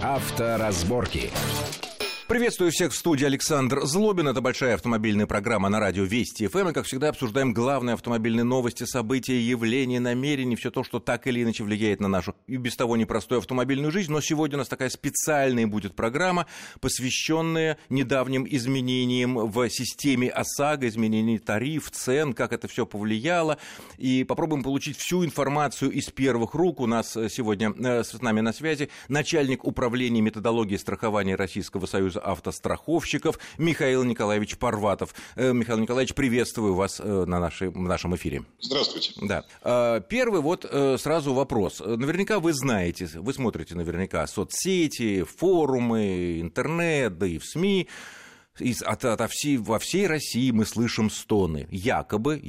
Авторазборки. Приветствую всех в студии, Александр Злобин. Это большая автомобильная программа на радио Вести ФМ. И, как всегда, обсуждаем главные автомобильные новости, события, явления, намерения, все то, что так или иначе влияет на нашу и без того непростую автомобильную жизнь. Но сегодня у нас такая специальная будет программа, посвященная недавним изменениям в системе ОСАГО, изменений тариф, цен, как это все повлияло. И попробуем получить всю информацию из первых рук. У нас сегодня с нами на связи начальник управления методологии страхования Российского союза автостраховщиков Михаил Николаевич Парватов. Михаил Николаевич, приветствую вас в нашем эфире. Здравствуйте. Да. Первый сразу вопрос. Наверняка вы знаете, вы смотрите наверняка соцсети, форумы, интернет, да и в СМИ. Во всей России мы слышим стоны. Якобы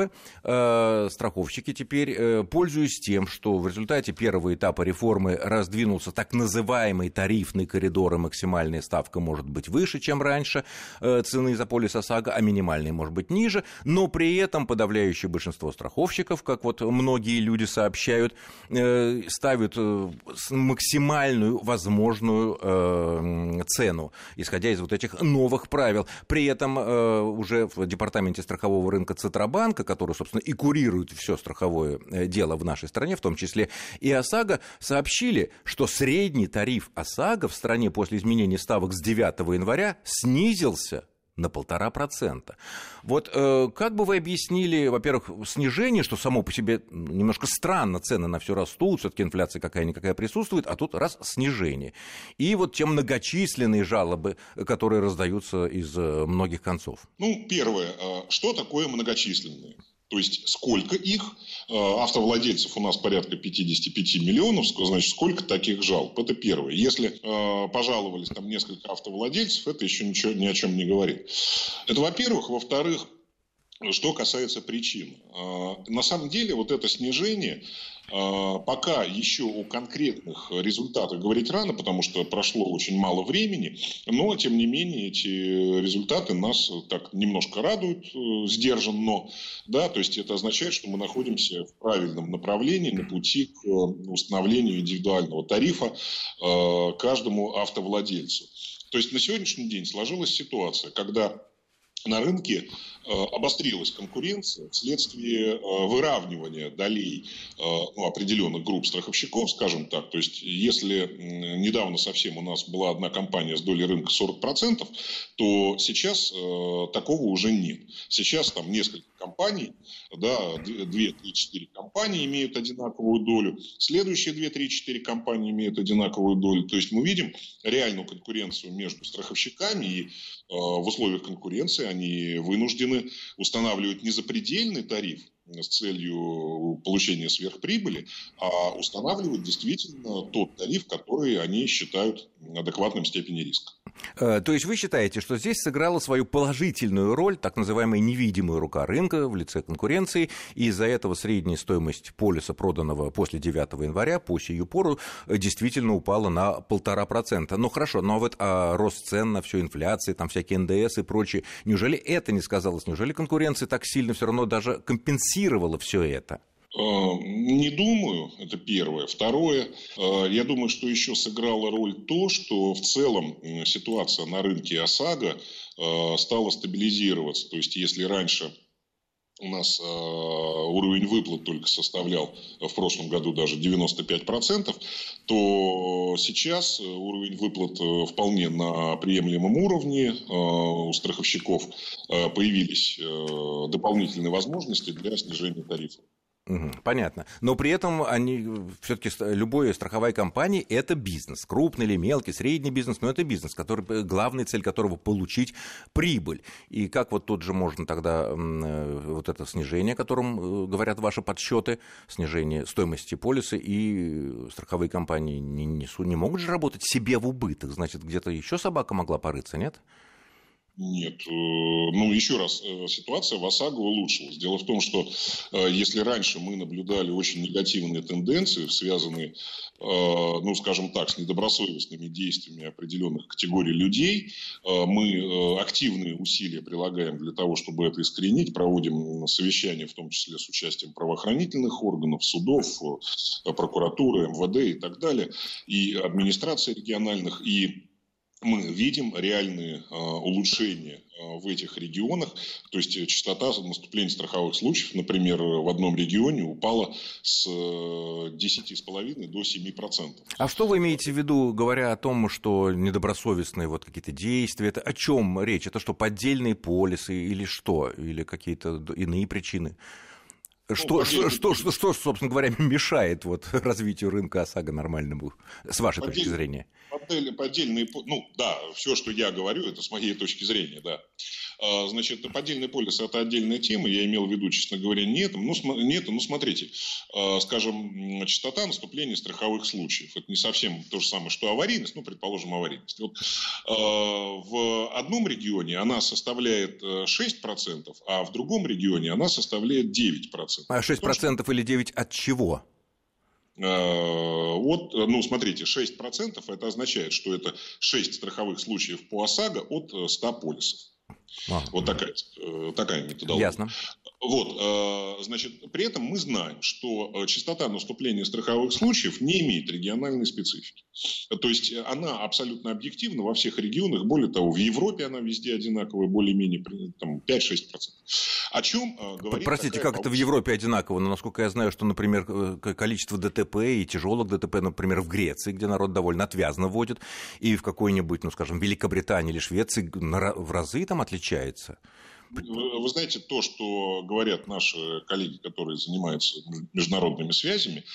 страховщики теперь, пользуясь тем, что в результате первого этапа реформы раздвинулся так называемый тарифный коридор, и максимальная ставка может быть выше, чем раньше, цены за полис ОСАГО, а минимальная может быть ниже, но при этом подавляющее большинство страховщиков, как вот многие люди сообщают, ставят максимальную возможную цену, исходя из вот этих новых правил. При этом уже в департаменте страхового рынка Центробанка, который, собственно, и курирует все страховое дело в нашей стране, в том числе и ОСАГО, сообщили, что средний тариф ОСАГО в стране после изменения ставок с 9 января снизился на 1,5%. Вот как бы вы объяснили, во-первых, снижение, что само по себе немножко странно, цены на все растут, все-таки инфляция какая-никакая присутствует, а тут раз снижение. И вот те многочисленные жалобы, которые раздаются из многих концов. Первое. Что такое многочисленные? То есть, сколько их? Автовладельцев у нас порядка 55 миллионов, значит, сколько таких жалоб? Это первое. Если пожаловались там несколько автовладельцев, это еще ничего ни о чем не говорит. Это во-первых. Во-вторых, что касается причин. На самом деле, вот это снижение, пока еще о конкретных результатах говорить рано, потому что прошло очень мало времени, но, тем не менее, эти результаты нас так немножко радуют, сдержанно, да, то есть это означает, что мы находимся в правильном направлении на пути к установлению индивидуального тарифа каждому автовладельцу. То есть на сегодняшний день сложилась ситуация, когда на рынке обострилась конкуренция вследствие выравнивания долей определенных групп страховщиков, скажем так. То есть, если недавно совсем у нас была одна компания с долей рынка 40%, то сейчас такого уже нет. Сейчас там несколько компаний, да, 2-3-4 компании имеют одинаковую долю, следующие 2-3-4 компании имеют одинаковую долю. То есть, мы видим реальную конкуренцию между страховщиками, и в условиях конкуренции они вынуждены устанавливать не запредельный тариф с целью получения сверхприбыли, а устанавливать действительно тот тариф, который они считают адекватным степени риска. То есть вы считаете, что здесь сыграла свою положительную роль так называемая невидимая рука рынка в лице конкуренции, и из-за этого средняя стоимость полиса, проданного после 9 января, по сию пору, действительно упала на 1,5%. Ну хорошо, но вот рост цен на всю инфляцию, там всякие НДС и прочее, неужели это не сказалось? Неужели конкуренция так сильно все равно даже компенсировала все это? Не думаю, это первое. Второе, я думаю, что еще сыграла роль то, что в целом ситуация на рынке ОСАГО стала стабилизироваться. То есть, если раньше у нас уровень выплат только составлял в прошлом году даже 95%, то сейчас уровень выплат вполне на приемлемом уровне. У страховщиков появились дополнительные возможности для снижения тарифов. Понятно. Но при этом они все-таки любая страховая компания – это бизнес. Крупный или мелкий, средний бизнес, но это бизнес, главная цель которого – получить прибыль. И как вот тут же можно тогда вот это снижение, о котором говорят ваши подсчеты, снижение стоимости полиса, и страховые компании не могут же работать себе в убыток? Значит, где-то еще собака могла порыться, нет? Нет. Ну, еще раз, ситуация в ОСАГО улучшилась. Дело в том, что если раньше мы наблюдали очень негативные тенденции, связанные, ну, скажем так, с недобросовестными действиями определенных категорий людей, мы активные усилия прилагаем для того, чтобы это искоренить. Проводим совещания, в том числе с участием правоохранительных органов, судов, прокуратуры, МВД и так далее, и администраций региональных, и мы видим реальные улучшения в этих регионах. То есть частота наступления страховых случаев, например, в одном регионе упала с 10,5% до 7%. А что вы имеете в виду, говоря о том, что недобросовестные вот какие-то действия? Это о чем речь? Это что, поддельные полисы или что? Или какие-то иные причины? Что, собственно говоря, мешает вот развитию рынка ОСАГО нормальному, с вашей точки зрения? Поддельные, ну да, все, что я говорю, это с моей точки зрения, да. Значит, поддельный полис – это отдельная тема, я имел в виду, честно говоря, не это. Ну, смотрите, скажем, частота наступления страховых случаев – это не совсем то же самое, что аварийность, ну, предположим, аварийность. Вот, в одном регионе она составляет 6%, а в другом регионе она составляет 9%. А 6% или 9% от чего? Вот, ну, смотрите, 6% это означает, что это 6 страховых случаев по ОСАГО от 100 полисов. Вот такая методология. Ясно. Вот, значит, при этом мы знаем, что частота наступления страховых случаев не имеет региональной специфики. То есть она абсолютно объективна во всех регионах. Более того, в Европе она везде одинаковая, более-менее там, 5-6%. О чем говорит... Простите, как это в Европе одинаково? Но, насколько я знаю, что, например, количество ДТП и тяжелых ДТП, например, в Греции, где народ довольно отвязно водит, и в какой-нибудь, ну, скажем, Великобритании или Швеции в разы там отличается. Вы знаете, то, что говорят наши коллеги, которые занимаются международными связями,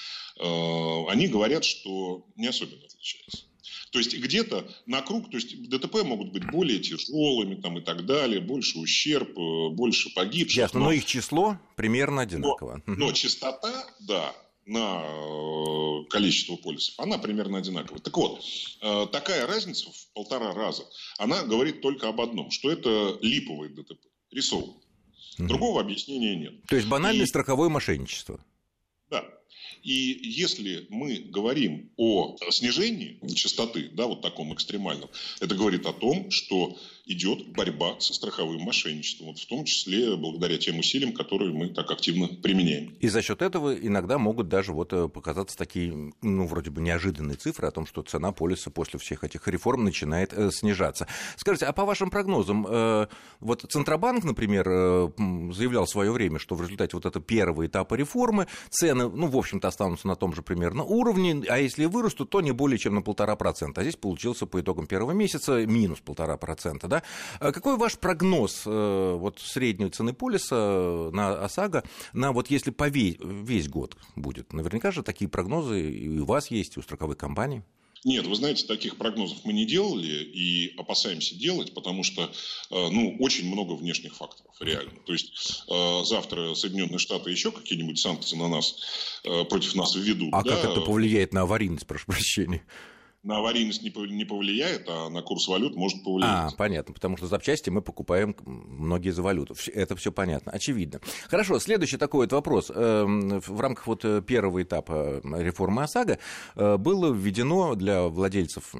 они говорят, что не особенно отличается. То есть где-то на круг, то есть ДТП могут быть более тяжелыми там, и так далее, больше ущерб, больше погибших. Ясно, но их число примерно одинаково. Но частота, да, на количество полисов, она примерно одинаковая. Так вот, такая разница в 1,5 раза, она говорит только об одном, что это липовые ДТП, рисовые. Другого объяснения нет. То есть банальное страховое мошенничество. Да. И если мы говорим о снижении частоты, да, вот таком экстремальном, это говорит о том, что идет борьба со страховым мошенничеством, вот в том числе благодаря тем усилиям, которые мы так активно применяем. И за счет этого иногда могут даже вот показаться такие, ну, вроде бы неожиданные цифры о том, что цена полиса после всех этих реформ начинает снижаться. Скажите, а по вашим прогнозам, вот Центробанк, например, заявлял в свое время, что в результате вот этого первого этапа реформы цены, ну, в общем-то, останутся на том же примерно уровне, а если вырастут, то не более чем на 1,5%. А здесь получился по итогам первого месяца минус 1,5%, да? Какой ваш прогноз вот, средней цены полиса на ОСАГО, на вот если по весь год будет? Наверняка же такие прогнозы и у вас есть, и у страховой компании. Нет, вы знаете, таких прогнозов мы не делали и опасаемся делать, потому что, ну, очень много внешних факторов, реально. То есть завтра Соединенные Штаты еще какие-нибудь санкции на нас, против нас введут. А да? Как это повлияет на аварийность, прошу прощения? На аварийность не повлияет, а на курс валют может повлиять. Понятно, потому что запчасти мы покупаем многие за валюту. Это все понятно, очевидно. Хорошо, следующий такой вот вопрос. В рамках вот первого этапа реформы ОСАГО было введено для владельцев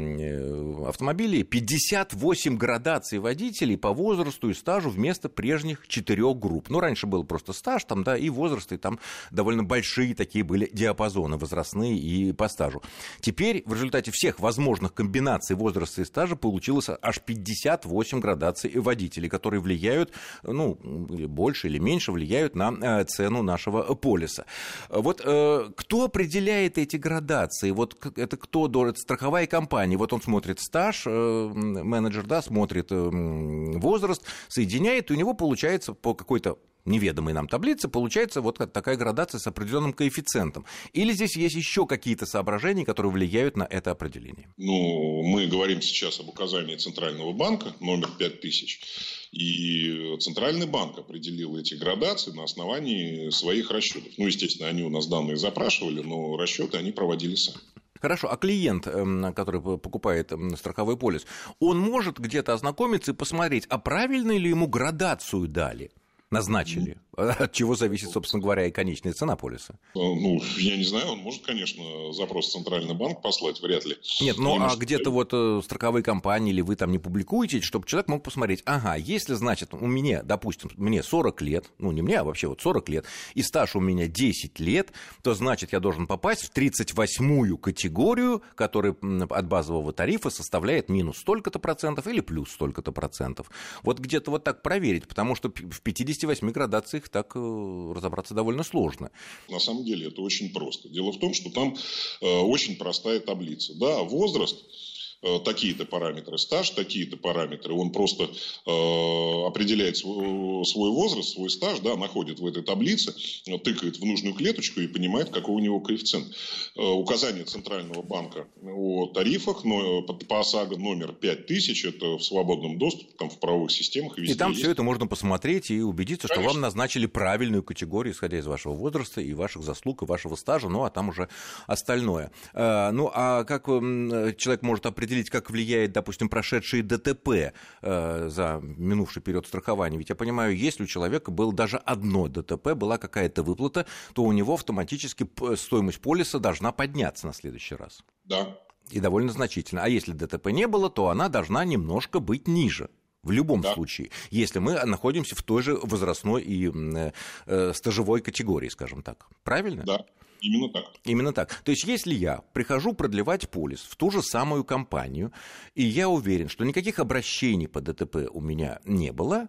автомобилей 58 градаций водителей по возрасту и стажу вместо прежних 4 групп. Ну, раньше был просто стаж, там, да, и возраст, и там довольно большие такие были диапазоны возрастные и по стажу. Теперь в результате всех возможных комбинаций возраста и стажа получилось аж 58 градаций водителей, которые влияют, ну, больше или меньше влияют на цену нашего полиса. Вот кто определяет эти градации? Вот это кто? Это страховая компания. Вот он смотрит стаж, менеджер, да, смотрит возраст, соединяет, и у него получается по какой-то неведомой нам таблице, получается вот такая градация с определенным коэффициентом. Или здесь есть еще какие-то соображения, которые влияют на это определение? Ну, мы говорим сейчас об указании Центрального банка номер 5000, и Центральный банк определил эти градации на основании своих расчетов. Ну, естественно, они у нас данные запрашивали, но расчеты они проводили сами. Хорошо, а клиент, который покупает страховой полис, он может где-то ознакомиться и посмотреть, а правильно ли ему градацию дали? Назначили. От чего зависит, собственно говоря, и конечная цена полиса? Ну, я не знаю, он может, конечно, запрос в Центральный банк послать, вряд ли. Нет, ну а где-то вот страховые компании или вы там не публикуете, чтобы человек мог посмотреть, ага, если, значит, у меня, допустим, мне 40 лет, ну не мне, а вообще вот 40 лет, и стаж у меня 10 лет, то, значит, я должен попасть в 38-ю категорию, которая от базового тарифа составляет минус столько-то процентов или плюс столько-то процентов. Вот где-то вот так проверить, потому что в 58 градациях так разобраться довольно сложно. На самом деле это очень просто. Дело в том, что там очень простая таблица. Да, возраст, такие-то параметры, стаж, такие-то параметры. Он просто определяет свой возраст, свой стаж, да, находит в этой таблице, тыкает в нужную клеточку и понимает, какой у него коэффициент. Указание Центрального банка о тарифах по ОСАГО номер 5000, это в свободном доступе, там в правовых системах. И там все это можно посмотреть и убедиться, Конечно. что вам назначили правильную категорию, исходя из вашего возраста и ваших заслуг, и вашего стажа, ну а там уже остальное. Ну а как человек может определить, как влияет, допустим, прошедшие ДТП за минувший период страхования? Ведь я понимаю, если у человека было даже одно ДТП, была какая-то выплата, то у него автоматически стоимость полиса должна подняться на следующий раз. Да. И довольно значительно. А если ДТП не было, то она должна немножко быть ниже. В любом случае, если мы находимся в той же возрастной и стажевой категории, скажем так. Правильно? Да. Именно так. Именно так. То есть, если я прихожу продлевать полис в ту же самую компанию, и я уверен, что никаких обращений по ДТП у меня не было,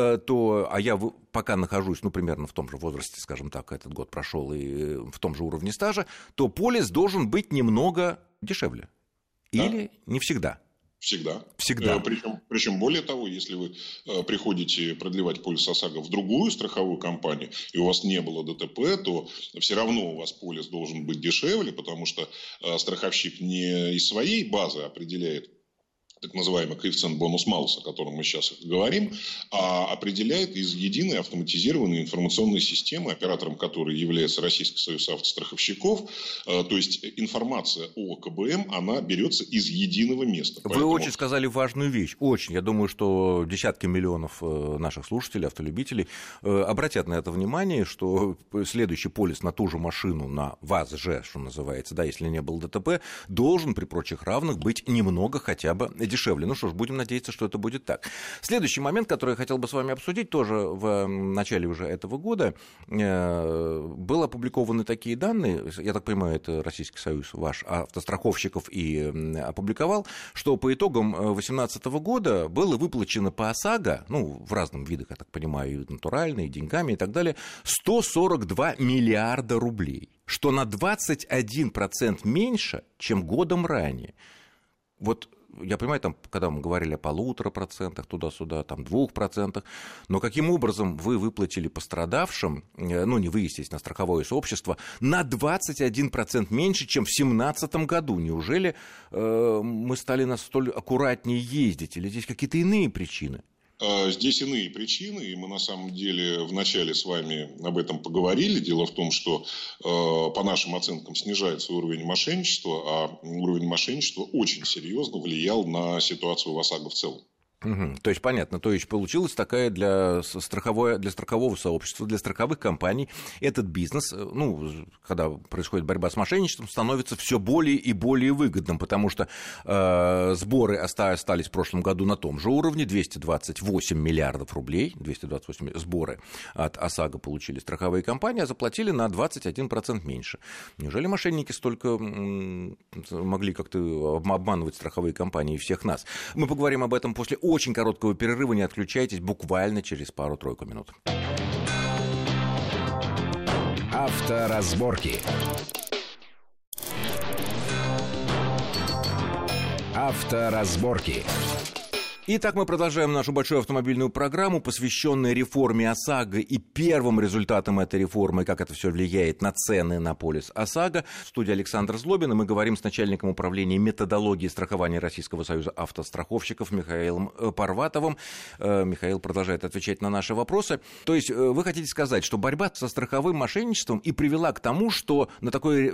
а я пока нахожусь, ну, примерно в том же возрасте, скажем так, этот год прошел, и в том же уровне стажа, то полис должен быть немного дешевле. Или не всегда? Всегда. Всегда. Причем более того, если вы приходите продлевать полис ОСАГО в другую страховую компанию, и у вас не было ДТП, то все равно у вас полис должен быть дешевле, потому что страховщик не из своей базы определяет так называемый коэффициент бонус-малус, о котором мы сейчас говорим, а определяет из единой автоматизированной информационной системы, оператором которой является Российский союз автостраховщиков. То есть информация о КБМ, она берется из единого места. Вы очень сказали важную вещь. Очень. Я думаю, что десятки миллионов наших слушателей, автолюбителей обратят на это внимание, что следующий полис на ту же машину, на ВАЗ-Ж, что называется, да, если не было ДТП, должен при прочих равных быть немного хотя бы дешевле. Ну что ж, будем надеяться, что это будет так. Следующий момент, который я хотел бы с вами обсудить, тоже в начале уже этого года, были опубликованы такие данные, я так понимаю, это Российский союз ваш автостраховщиков и опубликовал, что по итогам 2018 года было выплачено по ОСАГО, ну, в разных видах, я так понимаю, и натуральные, и деньгами и так далее, 142 миллиарда рублей, что на 21% меньше, чем годом ранее. Вот я понимаю, там, когда мы говорили о 1,5%, туда-сюда, там 2%, но каким образом вы выплатили пострадавшим, ну, не вы, естественно, страховое сообщество, на 21% меньше, чем в 2017 году? Неужели мы стали настолько аккуратнее ездить, или здесь какие-то иные причины? Здесь иные причины, и мы на самом деле вначале с вами об этом поговорили. Дело в том, что по нашим оценкам снижается уровень мошенничества, а уровень мошенничества очень серьезно влиял на ситуацию в ОСАГО в целом. Угу. То есть, понятно, то есть получилась такая для страхового сообщества, для страховых компаний этот бизнес, ну, когда происходит борьба с мошенничеством, становится все более и более выгодным, потому что сборы остались в прошлом году на том же уровне, 228 миллиардов рублей, 228 сборы от ОСАГО получили страховые компании, а заплатили на 21% меньше. Неужели мошенники столько могли как-то обманывать страховые компании и всех нас? Мы поговорим об этом после очень короткого перерыва, не отключайтесь, буквально через пару-тройку минут. Авторазборки. Авторазборки. Итак, мы продолжаем нашу большую автомобильную программу, посвященную реформе ОСАГО и первым результатам этой реформы, как это все влияет на цены на полис ОСАГО. В студии Александр Злобин, и мы говорим с начальником управления методологии страхования Российского союза автостраховщиков Михаилом Парватовым. Михаил продолжает отвечать на наши вопросы. То есть вы хотите сказать, что борьба со страховым мошенничеством и привела к тому, что на такой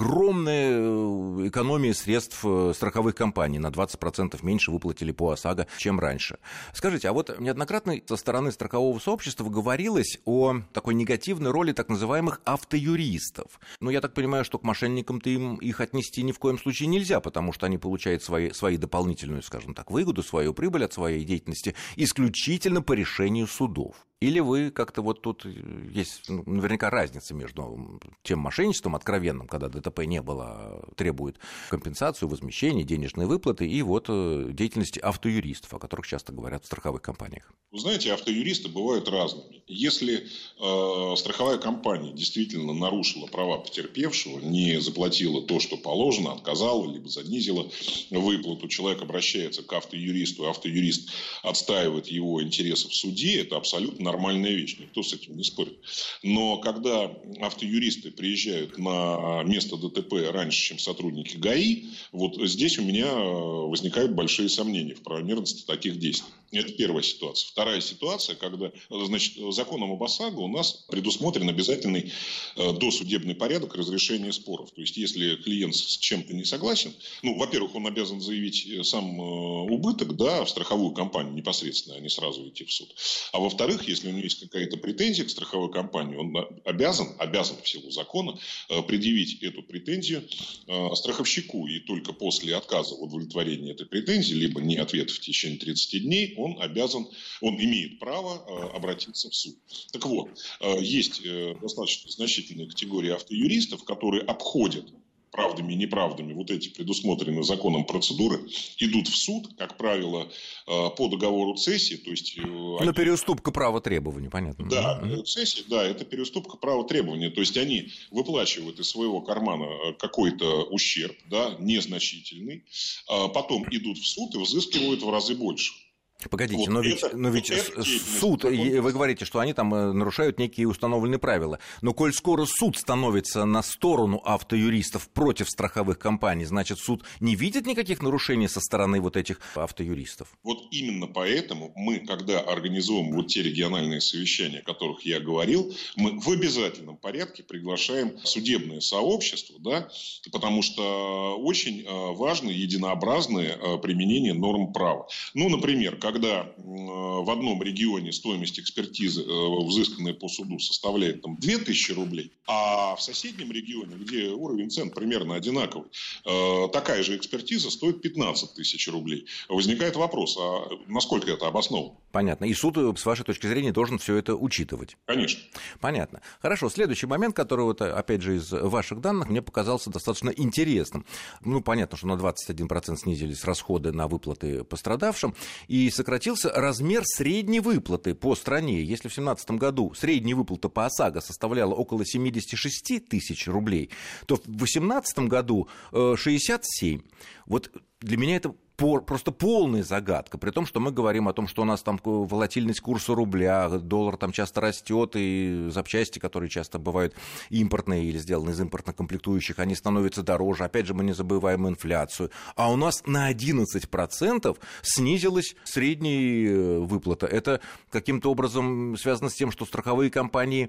огромной экономии средств страховых компаний на 20% меньше выплатили по ОСАГО, чем раньше. Скажите, а вот неоднократно со стороны страхового сообщества говорилось о такой негативной роли так называемых автоюристов. Но я так понимаю, что к мошенникам-то им их отнести ни в коем случае нельзя, потому что они получают свои дополнительную, скажем так, выгоду, свою прибыль от своей деятельности исключительно по решению судов. Или вы как-то вот тут есть наверняка разница между тем мошенничеством откровенным, когда ДТП не было, требует компенсацию, возмещения, денежные выплаты, и вот деятельности автоюристов, о которых часто говорят в страховых компаниях? Вы знаете, автоюристы бывают разными. Если страховая компания действительно нарушила права потерпевшего, не заплатила то, что положено, отказала, либо занизила выплату, человек обращается к автоюристу, автоюрист отстаивает его интересы в суде, это абсолютно нормальная вещь, никто с этим не спорит. Но когда автоюристы приезжают на место ДТП раньше, чем сотрудники ГАИ, вот здесь у меня возникают большие сомнения в правомерности таких действий. Это первая ситуация. Вторая ситуация, когда, значит, законом об ОСАГО у нас предусмотрен обязательный досудебный порядок разрешения споров. То есть, если клиент с чем-то не согласен, во-первых, он обязан заявить сам убыток, в страховую компанию непосредственно, а не сразу идти в суд. А во-вторых, если у него есть какая-то претензия к страховой компании, он обязан в силу закона предъявить эту претензию страховщику. И только после отказа в удовлетворении этой претензии, либо не ответа в течение 30 дней, он имеет право обратиться в суд. Так вот, есть достаточно значительная категория автоюристов, которые обходят правдами и неправдами вот эти предусмотренные законом процедуры, идут в суд, как правило, по договору цессии. То есть, переуступка права требований, понятно. Да, цессия, это переуступка права требования. То есть, они выплачивают из своего кармана какой-то ущерб, незначительный, потом идут в суд и взыскивают в разы больше. Погодите, но ведь суд, вы говорите, что они там нарушают некие установленные правила. Но коль скоро суд становится на сторону автоюристов против страховых компаний, значит, суд не видит никаких нарушений со стороны вот этих автоюристов? Вот именно поэтому мы, когда организуем вот те региональные совещания, о которых я говорил, мы в обязательном порядке приглашаем судебное сообщество, потому что очень важно единообразное применение норм права. Например, когда в одном регионе стоимость экспертизы, взысканная по суду, составляет 2000 рублей, а в соседнем регионе, где уровень цен примерно одинаковый, такая же экспертиза стоит 15 тысяч рублей. Возникает вопрос, а насколько это обосновано? Понятно. И суд, с вашей точки зрения, должен все это учитывать. Конечно. Понятно. Хорошо. Следующий момент, который, опять же, из ваших данных, мне показался достаточно интересным. Понятно, что на 21% снизились расходы на выплаты пострадавшим, и сократился размер средней выплаты по стране. Если в 2017 году средняя выплата по ОСАГО составляла около 76 тысяч рублей, то в 2018 году 67. Вот для меня это просто полная загадка, при том, что мы говорим о том, что у нас там волатильность курса рубля, доллар там часто растет, и запчасти, которые часто бывают импортные или сделаны из импортных комплектующих, они становятся дороже. Опять же, мы не забываем инфляцию. А у нас на 11% снизилась средняя выплата. Это каким-то образом связано с тем, что страховые компании,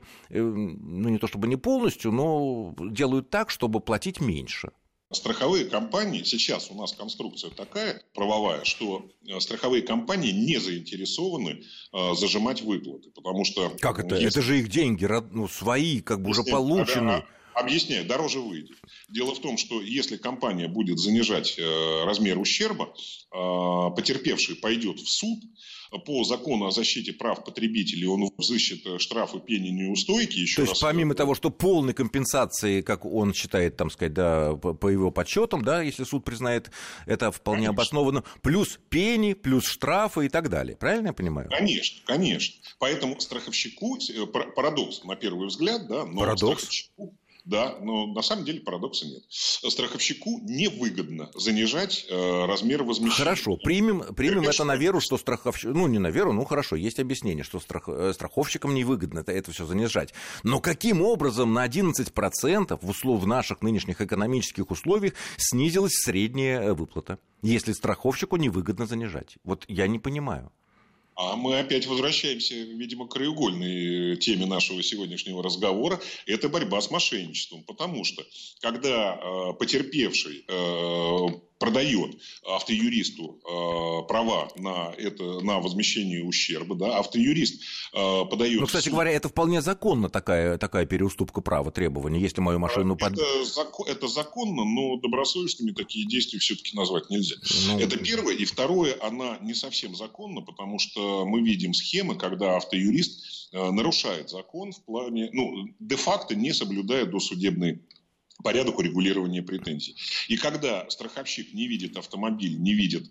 не то чтобы не полностью, но делают так, чтобы платить меньше. Страховые компании, сейчас у нас конструкция такая правовая, что страховые компании не заинтересованы зажимать выплаты, потому что... Как это? Это же их деньги, свои, уже полученные. Объясняю, дороже выйдет. Дело в том, что если компания будет занижать размер ущерба, потерпевший пойдет в суд, по закону о защите прав потребителей он взыщет штрафы, пени, неустойки. То есть, помимо того, что полной компенсации, как он считает, по его подсчетам, если суд признает это вполне обоснованно, плюс пени, плюс штрафы и так далее. Правильно я понимаю? Конечно. Поэтому страховщику, парадокс на первый взгляд, но парадокс. Да, но на самом деле парадокса нет. Страховщику невыгодно занижать размер возмещения. Хорошо, примем это на веру, что страховщик... Ну, не на веру, ну хорошо, есть объяснение, что страховщикам невыгодно это все занижать. Но каким образом на 11% в наших нынешних экономических условиях снизилась средняя выплата, если страховщику невыгодно занижать? Вот я не понимаю. А мы опять возвращаемся, видимо, к краеугольной теме нашего сегодняшнего разговора. Это борьба с мошенничеством. Потому что, когда потерпевший продает автоюристу права на возмещение ущерба, да, автоюрист подает... Ну, кстати говоря, это вполне законно, такая переуступка права, требования, если мою машину... Это законно, но добросовестными такие действия все-таки назвать нельзя. Это первое. И второе, она не совсем законна, потому что мы видим схемы, когда автоюрист нарушает закон в плане, де-факто не соблюдая досудебный порядок урегулирования претензий. И когда страховщик не видит автомобиль, не видит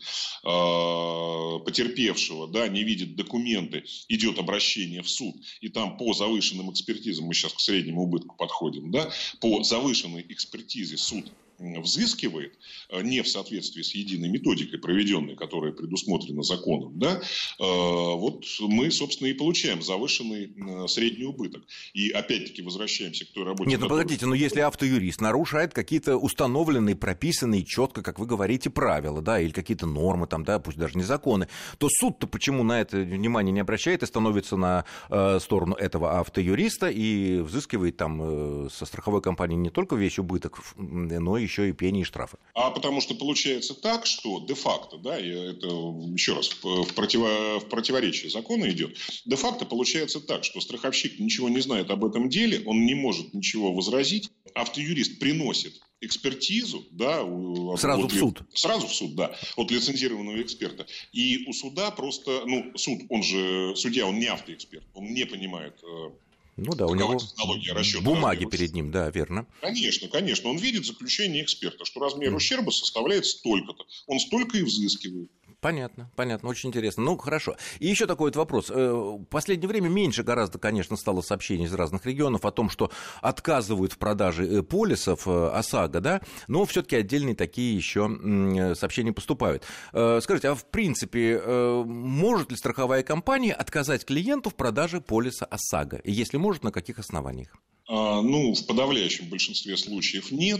потерпевшего, да, не видит документы, идет обращение в суд, и там по завышенным экспертизам, мы сейчас к среднему убытку подходим, да, по завышенной экспертизе суд взыскивает, не в соответствии с единой методикой, проведенной, которая предусмотрена законом, да, вот мы, собственно, и получаем завышенный средний убыток. И опять-таки возвращаемся к той работе. Нет, подождите, но если автоюрист нарушает какие-то установленные, прописанные четко, как вы говорите, правила, да, или какие-то нормы, там, да, пусть даже не законы, то суд-то почему на это внимание не обращает и становится на сторону этого автоюриста и взыскивает там со страховой компании не только весь убыток, но еще и пени и штрафы? А потому что получается так, что де-факто, да, это еще раз в противоречие закона идет, де-факто получается так, что страховщик ничего не знает об этом деле, он не может ничего возразить, автоюрист приносит экспертизу, да, сразу в суд. Сразу в суд, да, от лицензированного эксперта. И у суда просто, судья, он не автоэксперт, он не понимает. Ну да, у него бумаги перед ним, да, верно. Конечно. Он видит заключение эксперта, что размер ущерба составляет столько-то. Он столько и взыскивает. Понятно, очень интересно. Ну, хорошо. И еще такой вот вопрос. В последнее время меньше гораздо, конечно, стало сообщений из разных регионов о том, что отказывают в продаже полисов ОСАГО, да, но все-таки отдельные такие еще сообщения поступают. Скажите, а в принципе, может ли страховая компания отказать клиенту в продаже полиса ОСАГО? И если может, на каких основаниях? В подавляющем большинстве случаев нет.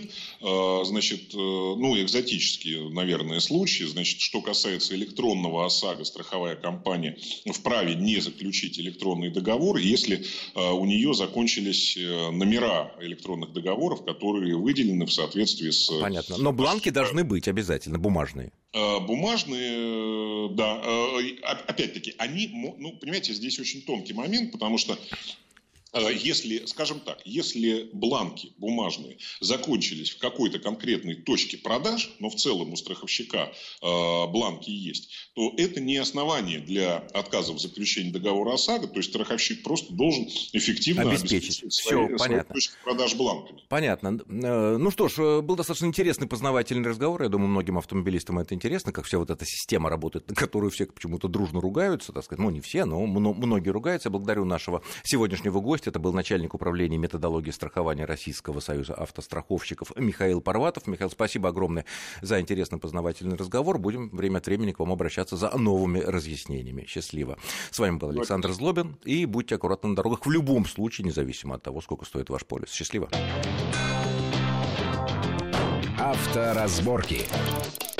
Экзотические, наверное, случаи. Значит, что касается электронного ОСАГО, страховая компания вправе не заключить электронный договор, если у нее закончились номера электронных договоров, которые выделены в соответствии с... Понятно. Но бланки должны быть обязательно, бумажные. Бумажные, да. Опять-таки, они... понимаете, здесь очень тонкий момент, потому что если, скажем так, если бланки бумажные закончились в какой-то конкретной точке продаж, но в целом у страховщика бланки есть, то это не основание для отказа в заключении договора ОСАГО, то есть страховщик просто должен эффективно обеспечить свои точки продаж бланками. Понятно. Ну что ж, был достаточно интересный познавательный разговор, я думаю, многим автомобилистам это интересно, как вся вот эта система работает, на которую все почему-то дружно ругаются, так сказать, не все, но многие ругаются. Я благодарю нашего сегодняшнего гостя. Это был начальник управления методологии страхования Российского союза автостраховщиков Михаил Парватов. Михаил, спасибо огромное за интересный познавательный разговор. Будем время от времени к вам обращаться за новыми разъяснениями. Счастливо. С вами был Александр Злобин. И будьте аккуратны на дорогах в любом случае, независимо от того, сколько стоит ваш полис. Счастливо. Авторазборки.